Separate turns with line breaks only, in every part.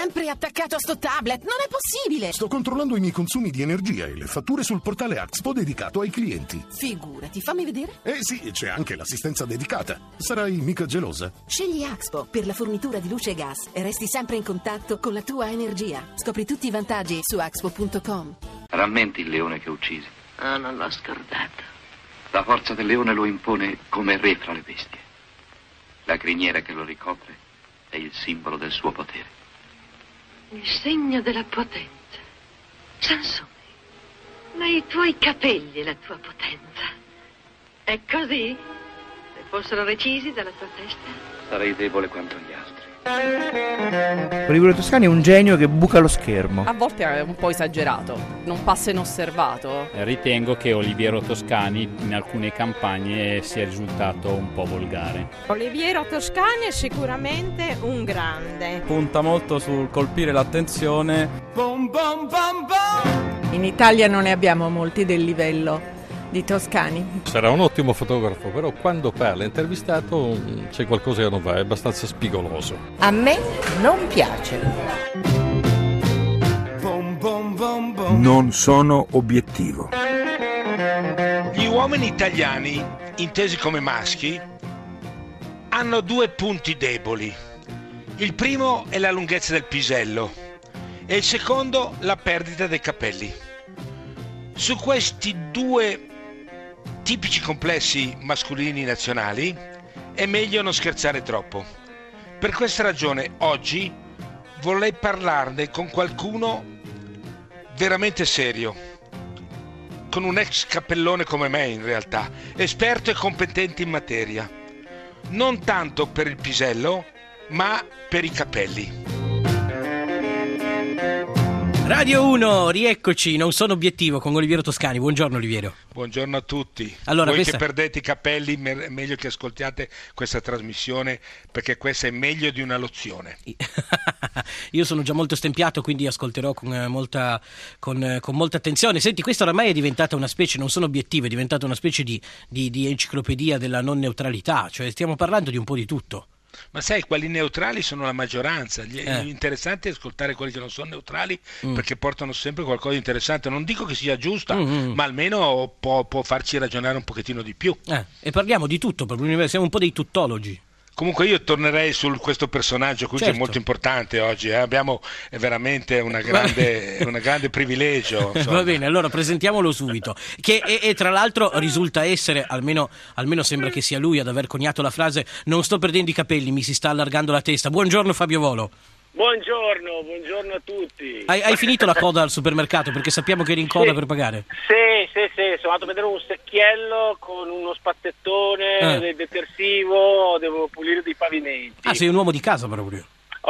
sempre attaccato a sto tablet, non è possibile!
Sto controllando i miei consumi di energia e le fatture sul portale Axpo dedicato ai clienti.
Figurati, fammi vedere.
Sì, c'è anche l'assistenza dedicata. Sarai mica gelosa?
Scegli Axpo per la fornitura di luce e gas e resti sempre in contatto con la tua energia. Scopri tutti i vantaggi su axpo.com.
Rammenti il leone che uccisi?
Ah, non l'ho scordato.
La forza del leone lo impone come re fra le bestie. La criniera che lo ricopre è il simbolo del suo potere.
Il segno della potenza. Sansone, ma i tuoi capelli e la tua potenza. È così? Se fossero recisi dalla tua testa?
Sarei debole quanto gli altri.
Oliviero Toscani è un genio che buca lo schermo.
A volte è un po' esagerato, non passa inosservato.
Ritengo che Oliviero Toscani in alcune campagne sia risultato un po' volgare.
Oliviero Toscani è sicuramente un grande.
Punta molto sul colpire l'attenzione.
In Italia non ne abbiamo molti del livello di Toscani.
Sarà un ottimo fotografo, però quando parla intervistato c'è qualcosa che non va, è abbastanza spigoloso.
A me non piace.
Non sono obiettivo.
Gli uomini italiani, intesi come maschi, hanno due punti deboli. Il primo è la lunghezza del pisello e il secondo la perdita dei capelli. Su questi due tipici complessi mascolini nazionali è meglio non scherzare troppo. Per questa ragione oggi vorrei parlarne con qualcuno veramente serio, con un ex cappellone come me in realtà, esperto e competente in materia, non tanto per il pisello ma per i capelli.
Radio 1, rieccoci, non sono obiettivo con Oliviero Toscani. Buongiorno Oliviero.
Buongiorno a tutti.
Allora,
voi
questa...
che perdete i capelli, è meglio che ascoltiate questa trasmissione, perché questa è meglio di una lozione.
Io sono già molto stempiato, quindi ascolterò con molta attenzione. Senti, questa oramai è diventata una specie, non sono obiettivo, è diventata una specie di enciclopedia della non neutralità, cioè stiamo parlando di un po' di tutto.
Ma sai, quelli neutrali sono la maggioranza, gli interessanti è ascoltare quelli che non sono neutrali, perché portano sempre qualcosa di interessante. Non dico che sia giusta, ma almeno può farci ragionare un pochettino di più.
E parliamo di tutto, siamo un po' dei tuttologi.
Comunque io tornerei su questo personaggio qui, certo, che è molto importante oggi. Abbiamo veramente un grande privilegio.
Va bene, allora presentiamolo subito. Che e tra l'altro risulta essere, almeno sembra che sia lui ad aver coniato la frase "non sto perdendo i capelli, mi si sta allargando la testa". Buongiorno Fabio Volo.
Buongiorno a tutti.
Hai finito la coda al supermercato, perché sappiamo che eri in coda per pagare?
Sì, sono andato a vedere un secchiello con uno spazzettone, del detersivo, devo pulire dei pavimenti.
Ah, sei un uomo di casa proprio.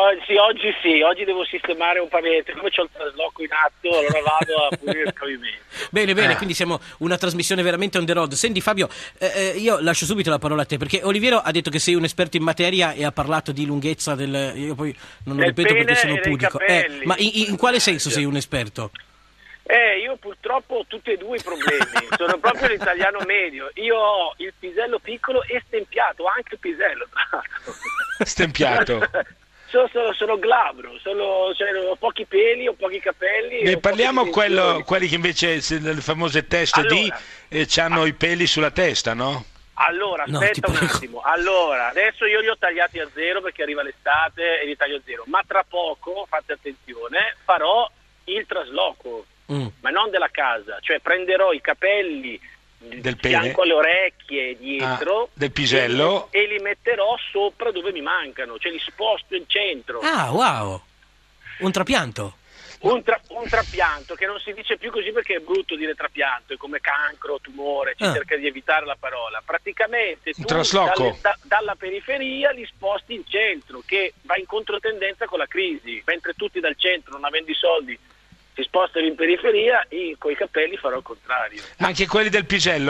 Oggi devo sistemare un pavimento, come c'ho il trasloco in atto, allora vado a pulire il pavimento.
Bene, quindi siamo una trasmissione veramente on the road. Senti Fabio, io lascio subito la parola a te, perché Oliviero ha detto che sei un esperto in materia e ha parlato di lunghezza io poi non lo ripeto perché sono pudico. Ma in quale senso sei un esperto?
Io purtroppo ho tutti e due i problemi, sono proprio l'italiano medio. Io ho il pisello piccolo e stempiato, anche il pisello tra l'altro.
Stempiato?
Sono glabro, ho pochi peli, ho pochi capelli.
Parliamo quelli che invece, le famose teste hanno i peli sulla testa, no?
Allora, aspetta un attimo. Allora, adesso io li ho tagliati a zero perché arriva l'estate e li taglio a zero. Ma tra poco, fate attenzione, farò il trasloco, ma non della casa. Cioè prenderò i capelli
del
fianco alle orecchie dietro
del pisello
e li metterò sopra dove mi mancano, cioè li sposto in centro.
Ah, wow, un trapianto.
Un trapianto, che non si dice più così perché è brutto dire trapianto, è come cancro, tumore, si cerca di evitare la parola. Praticamente tu dalla periferia li sposti in centro, che va in controtendenza con la crisi, mentre tutti dal centro, non avendo i soldi, si spostano in periferia, e con i capelli farò il contrario.
Anche quelli del pisello?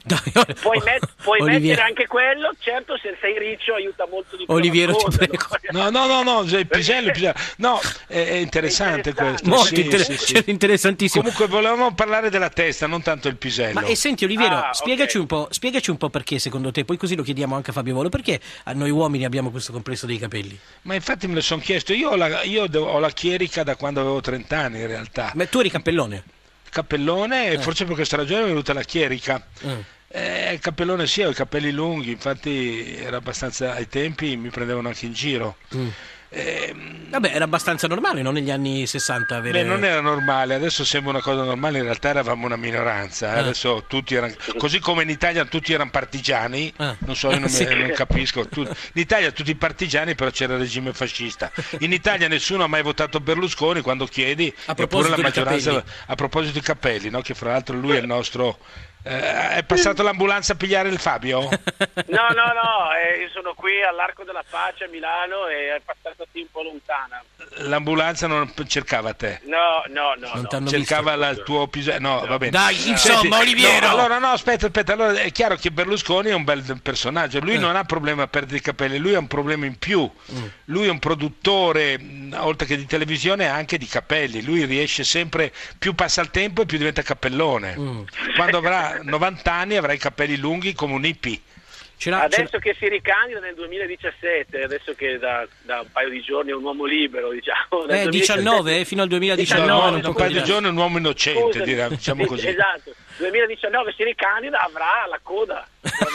Puoi mettere anche quello, certo, se sei riccio aiuta molto di più.
Oliviero, ti prego.
No, il pisello. No, è interessante questo.
Molto interessantissimo.
Comunque volevamo parlare della testa, non tanto il pisello.
Ma senti Oliviero, spiegaci un po' perché secondo te, poi così lo chiediamo anche a Fabio Volo, perché noi uomini abbiamo questo complesso dei capelli?
Ma infatti me lo sono chiesto, io ho la chierica da quando avevo 30 anni in realtà.
Ma tu eri cappellone?
E forse per questa ragione è venuta la chierica. Il cappellone sì, ho i capelli lunghi, infatti era abbastanza, ai tempi mi prendevano anche in giro.
Vabbè, era abbastanza normale, no? Negli anni 60 avere...
non era normale, adesso sembra una cosa normale, in realtà eravamo una minoranza, adesso tutti erano, così come in Italia tutti erano partigiani, non so, io non capisco, in Italia tutti partigiani, però c'era il regime fascista, in Italia nessuno ha mai votato Berlusconi, quando chiedi, eppure la maggioranza, a proposito dei capelli, no? Che fra l'altro lui è il nostro... è passato l'ambulanza a pigliare il Fabio?
No, io sono qui all'Arco della Pace a Milano e è passata un po' lontana.
L'ambulanza non cercava te?
No.
Cercava il tuo pisello? No, va bene.
Dai, insomma, Oliviero!
Aspetta, allora è chiaro che Berlusconi è un bel personaggio, lui non ha problema a perdere i capelli, lui ha un problema in più, lui è un produttore, oltre che di televisione, anche di capelli, lui riesce sempre, più passa il tempo e più diventa cappellone. Quando avrà 90 anni avrà i capelli lunghi come un hippie.
Adesso che si ricandida nel 2017, adesso che da un paio di giorni è un uomo libero, diciamo.
19 fino al 2019.
Un paio di giorni è un uomo innocente, diciamo così.
Esatto. 2019 si ricandida, avrà la coda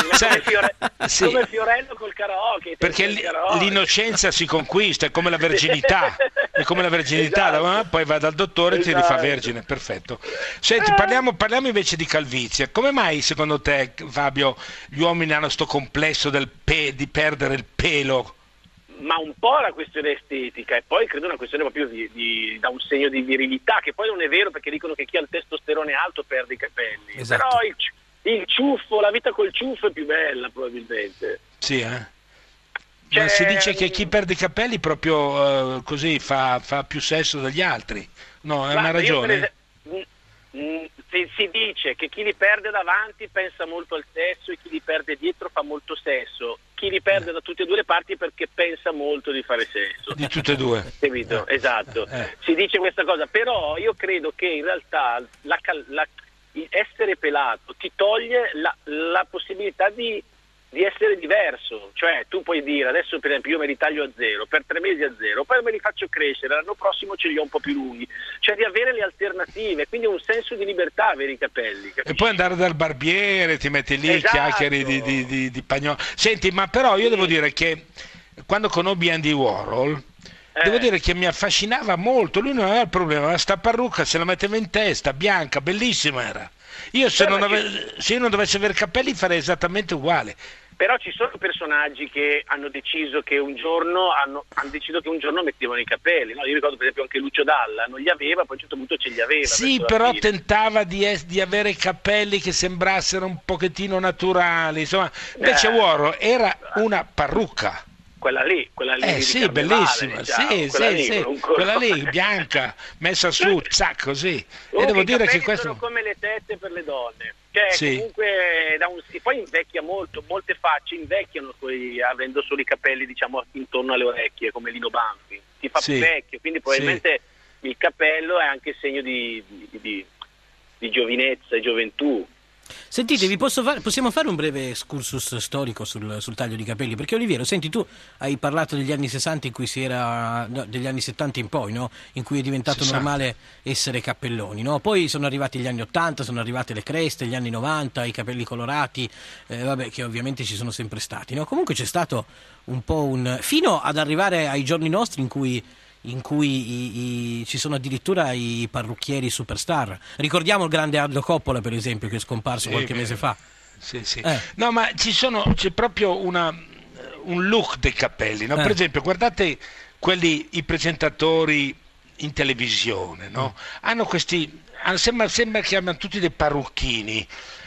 come Fiorello col karaoke,
perché l'innocenza si conquista, è come la verginità, esatto. Poi va dal dottore e ti rifà vergine, perfetto. Senti, parliamo invece di calvizie. Come mai secondo te, Fabio, gli uomini hanno sto complesso di perdere il pelo?
Ma un po' la questione estetica e poi credo una questione proprio da un segno di virilità, che poi non è vero, perché dicono che chi ha il testosterone alto perde i capelli. Esatto. Però il ciuffo, la vita col ciuffo è più bella probabilmente.
Sì, ma si dice che chi perde i capelli proprio così fa più sesso degli altri. No, è una ragione.
Si dice che chi li perde davanti pensa molto al sesso e chi li perde dietro fa molto sesso. Chi li perde da tutte e due le parti perché pensa molto di fare sesso.
Di tutte e due.
Capito? Esatto. Si dice questa cosa, però io credo che in realtà essere pelato ti toglie la possibilità di essere diverso, cioè tu puoi dire adesso per esempio io me li taglio a zero, per 3 mesi a zero, poi me li faccio crescere, l'anno prossimo ce li ho un po' più lunghi, cioè di avere le alternative, quindi un senso di libertà avere i capelli, capisci?
E poi andare dal barbiere, ti metti lì, chiacchieri di pagnolo. Senti, ma però io devo dire che quando conobbi Andy Warhol devo dire che mi affascinava molto, lui non aveva il problema, aveva sta parrucca, se la metteva in testa, bianca, bellissima era. Io se io non dovessi avere capelli farei esattamente uguale.
Però ci sono personaggi che hanno deciso che un giorno hanno deciso che un giorno mettevano i capelli, no? Io ricordo per esempio anche Lucio Dalla, non li aveva, poi a un certo punto ce li aveva.
Sì, però tentava di avere capelli che sembrassero un pochettino naturali, insomma. Invece Warhol era una parrucca.
Quella lì
sì, bellissima, diciamo, quella lì bianca, messa su, zac, così. E devo dire che questo
sono come le tette per le donne, cioè comunque poi invecchia molto, molte facce invecchiano poi avendo solo i capelli, diciamo, intorno alle orecchie, come Lino Banfi, ti fa più vecchio, quindi probabilmente il cappello è anche segno di giovinezza e gioventù.
Sentite, possiamo fare un breve excursus storico sul taglio di capelli? Perché Oliviero, senti, tu hai parlato degli anni 60 in cui degli anni 70 in poi, no? In cui è diventato normale essere cappelloni, no? Poi sono arrivati gli anni 80, sono arrivate le creste, gli anni 90, i capelli colorati, che ovviamente ci sono sempre stati, no? Comunque c'è stato un po' fino ad arrivare ai giorni nostri in cui ci sono addirittura i parrucchieri superstar. Ricordiamo il grande Aldo Coppola, per esempio, che è scomparso qualche mese fa.
Sì. No, ma c'è proprio un look dei capelli, no? Per esempio, guardate i presentatori in televisione, no? Hanno sembra che abbiano tutti dei parrucchini.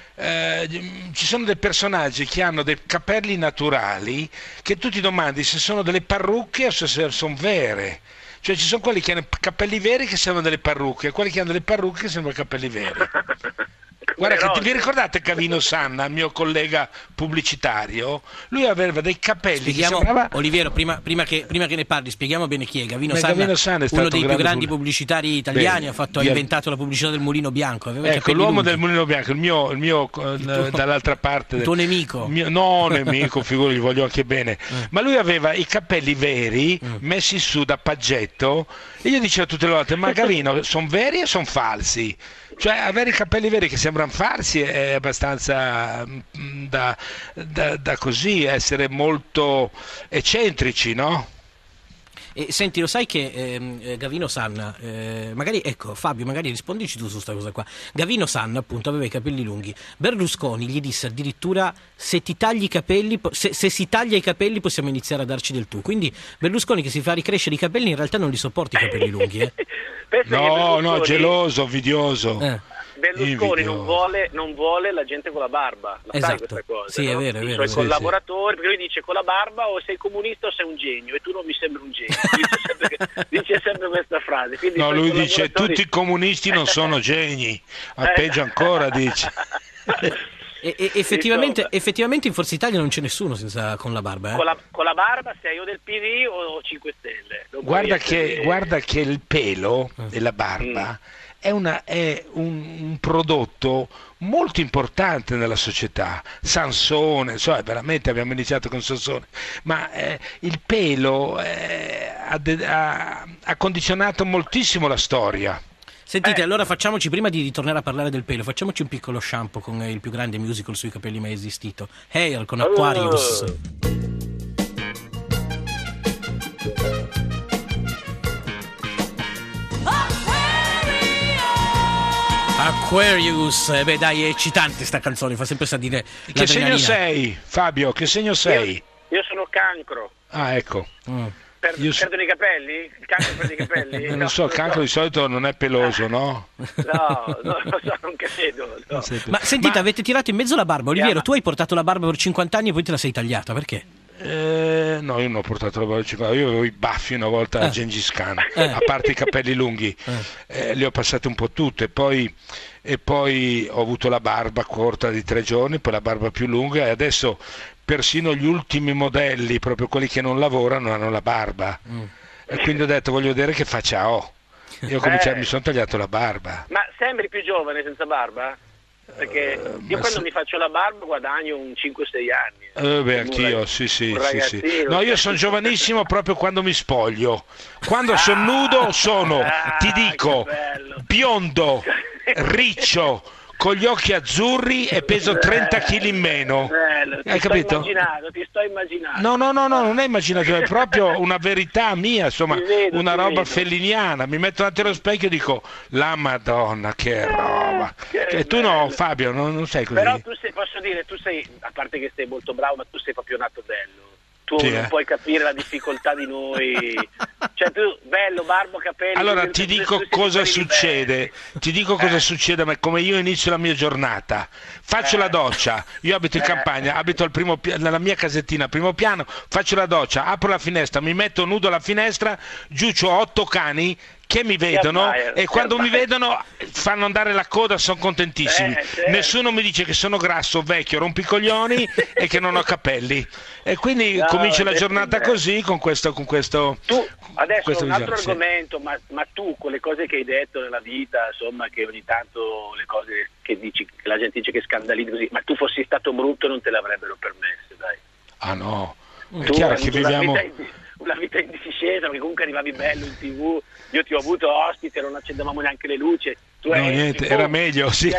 Ci sono dei personaggi che hanno dei capelli naturali che tu ti domandi se sono delle parrucche o se sono vere. Cioè ci sono quelli che hanno capelli veri che sembrano delle parrucche e quelli che hanno delle parrucche che sembrano capelli veri. Guarda, vi ricordate Gavino Sanna, il mio collega pubblicitario? Lui aveva dei capelli che sembrava...
Oliviero, prima che ne parli, spieghiamo bene chi è. Gavino Sanna
è stato
uno dei più grandi pubblicitari italiani, ha inventato la pubblicità del Mulino Bianco.
Ecco, l'uomo del Mulino Bianco, il mio dall'altra parte.
Il tuo nemico.
No, nemico, figurati, gli voglio anche bene. Ma lui aveva i capelli veri, messi su da paggetto, e io dicevo tutte le volte, ma Gavino, sono veri o sono falsi? Cioè, avere i capelli veri che sembrano farsi è abbastanza da così, essere molto eccentrici, no?
E senti, lo sai che Gavino Sanna, magari, ecco, Fabio, magari rispondici tu su questa cosa qua. Gavino Sanna, appunto, aveva i capelli lunghi. Berlusconi gli disse addirittura: se ti tagli i capelli, se si taglia i capelli, possiamo iniziare a darci del tu. Quindi Berlusconi, che si fa ricrescere i capelli, in realtà non li sopporta i capelli lunghi,
No, geloso, invidioso.
Berlusconi non vuole la gente con la barba, sai questa cosa?
Sì,
no?
È vero.
I suoi collaboratori, perché lui dice: con la barba o sei comunista o sei un genio, e tu non mi sembri un genio. Dice sempre questa frase. Quindi
no, lui dice: tutti i comunisti non sono geni, peggio ancora dice.
Effettivamente in Forza Italia non c'è nessuno con la barba.
Con la barba sei o del PD o 5 Stelle.
Guarda che il pelo e la barba è un prodotto molto importante nella società. Sansone, veramente abbiamo iniziato con Sansone, ma il pelo ha condizionato moltissimo la storia.
Sentite, allora facciamoci, prima di ritornare a parlare del pelo, facciamoci un piccolo shampoo con il più grande musical sui capelli mai esistito, Hair con Aquarius. Aquarius, dai, è eccitante sta canzone, fa sempre salire
l'adrenalina. Che segno sei, Fabio? Che segno sei?
Io sono Cancro.
Ah, ecco.
Perdono i capelli? Il cancro perde i capelli?
Non so, il cancro di solito non è peloso, no?
No, non credo. No.
Ma sentite, avete tirato in mezzo la barba. Oliviero, tu hai portato la barba per 50 anni e poi te la sei tagliata, perché?
No, io non ho portato la barba per 50 anni, io avevo i baffi una volta a Gengis Khan, a parte i capelli lunghi, li ho passati un po' tutti e poi ho avuto la barba corta di 3 giorni, poi la barba più lunga e adesso persino gli ultimi modelli, proprio quelli che non lavorano, hanno la barba. E quindi ho detto, voglio vedere che faccia ho. Io mi sono tagliato la barba.
Ma sembri più giovane senza barba? Perché io quando mi faccio la barba guadagno un 5-6 anni.
Anch'io, sì. No, io sono giovanissimo proprio quando mi spoglio. Quando sono nudo ti dico, biondo, riccio, con gli occhi azzurri e peso 30 kg in meno. Hai capito?
Ti sto immaginando.
No, non è immaginato, è proprio una verità mia, insomma, una roba felliniana. Mi metto davanti allo specchio e dico: la Madonna, che roba. E tu no, Fabio, non sei così.
Però posso dire, tu sei, a parte che sei molto bravo, ma tu sei proprio nato bello. Tu non puoi capire la difficoltà di noi. Cioè tu, bello, barbo, capelli.
Allora ti dico cosa succede. Ti dico cosa succede, ma come io inizio la mia giornata. Faccio la doccia, io abito in campagna, abito nella mia casettina al primo piano, faccio la doccia, apro la finestra, mi metto nudo alla finestra, giù c'ho 8 cani che mi vedono e quando mi vedono fanno andare la coda, sono contentissimi. Nessuno mi dice che sono grasso, vecchio, rompicoglioni e che non ho capelli. E quindi comincio la giornata così con questo.
Tu adesso un altro argomento, ma tu con le cose che hai detto nella vita, insomma, che ogni tanto le cose che dici, che la gente dice che scandalizzi così, ma tu fossi stato brutto non te l'avrebbero permesso, dai.
Ah no, è chiaro che viviamo
una vita in discesa, perché comunque arrivavi bello in TV, io ti ho avuto ospite, non accendevamo neanche le luci. Tu
niente, era meglio, sì.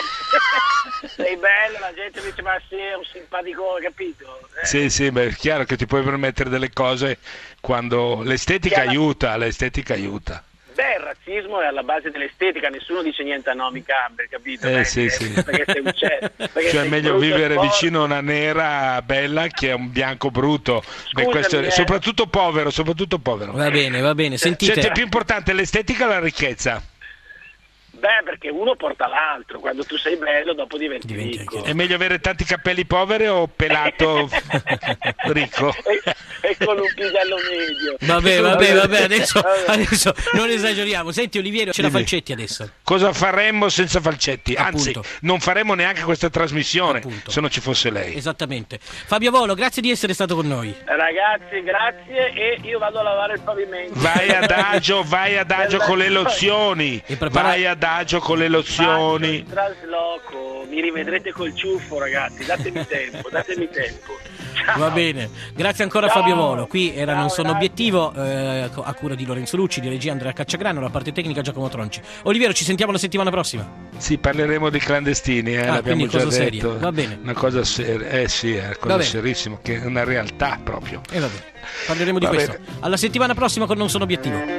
Sei bello, la gente dice: ma sì, è un simpatico, capito?
Sì, beh, è chiaro che ti puoi permettere delle cose quando l'estetica aiuta.
Beh, il razzismo è alla base dell'estetica, nessuno dice niente a Nomi Campbell, capito?
Sì.
Perché sei un
cioè è meglio vivere vicino a una nera bella che a un bianco brutto. Soprattutto povero.
Va bene, sentite.
È più importante l'estetica o la ricchezza?
Beh, perché uno porta l'altro, quando tu sei bello dopo diventi ricco.
È meglio avere tanti capelli poveri o pelato ricco?
E con un pisello medio.
Vabbè, adesso non esageriamo. Senti Oliviero, c'è la Falcetti adesso.
Cosa faremmo senza Falcetti? Anzi,
Appunto.
non faremmo neanche questa trasmissione se non ci fosse lei.
Esattamente. Fabio Volo, grazie di essere stato con noi.
Ragazzi, grazie, e io vado a lavare il pavimento.
Vai adagio con le lozioni. Vai adagio con le lozioni.
Trasloco, mi rivedrete col ciuffo, ragazzi. Datemi tempo. Ciao.
Va bene, grazie ancora a Fabio Volo. Qui era Non Sono Obiettivo, a cura di Lorenzo Lucci, di regia Andrea Cacciagrano, la parte tecnica Giacomo Tronci. Oliviero, ci sentiamo la settimana prossima.
Sì, parleremo di clandestini, l'abbiamo già detto.
Seria. Va bene.
Una cosa seria, sì, è una cosa serissima, che è una realtà proprio.
Va bene. Parleremo di questo. Alla settimana prossima con Non Sono Obiettivo.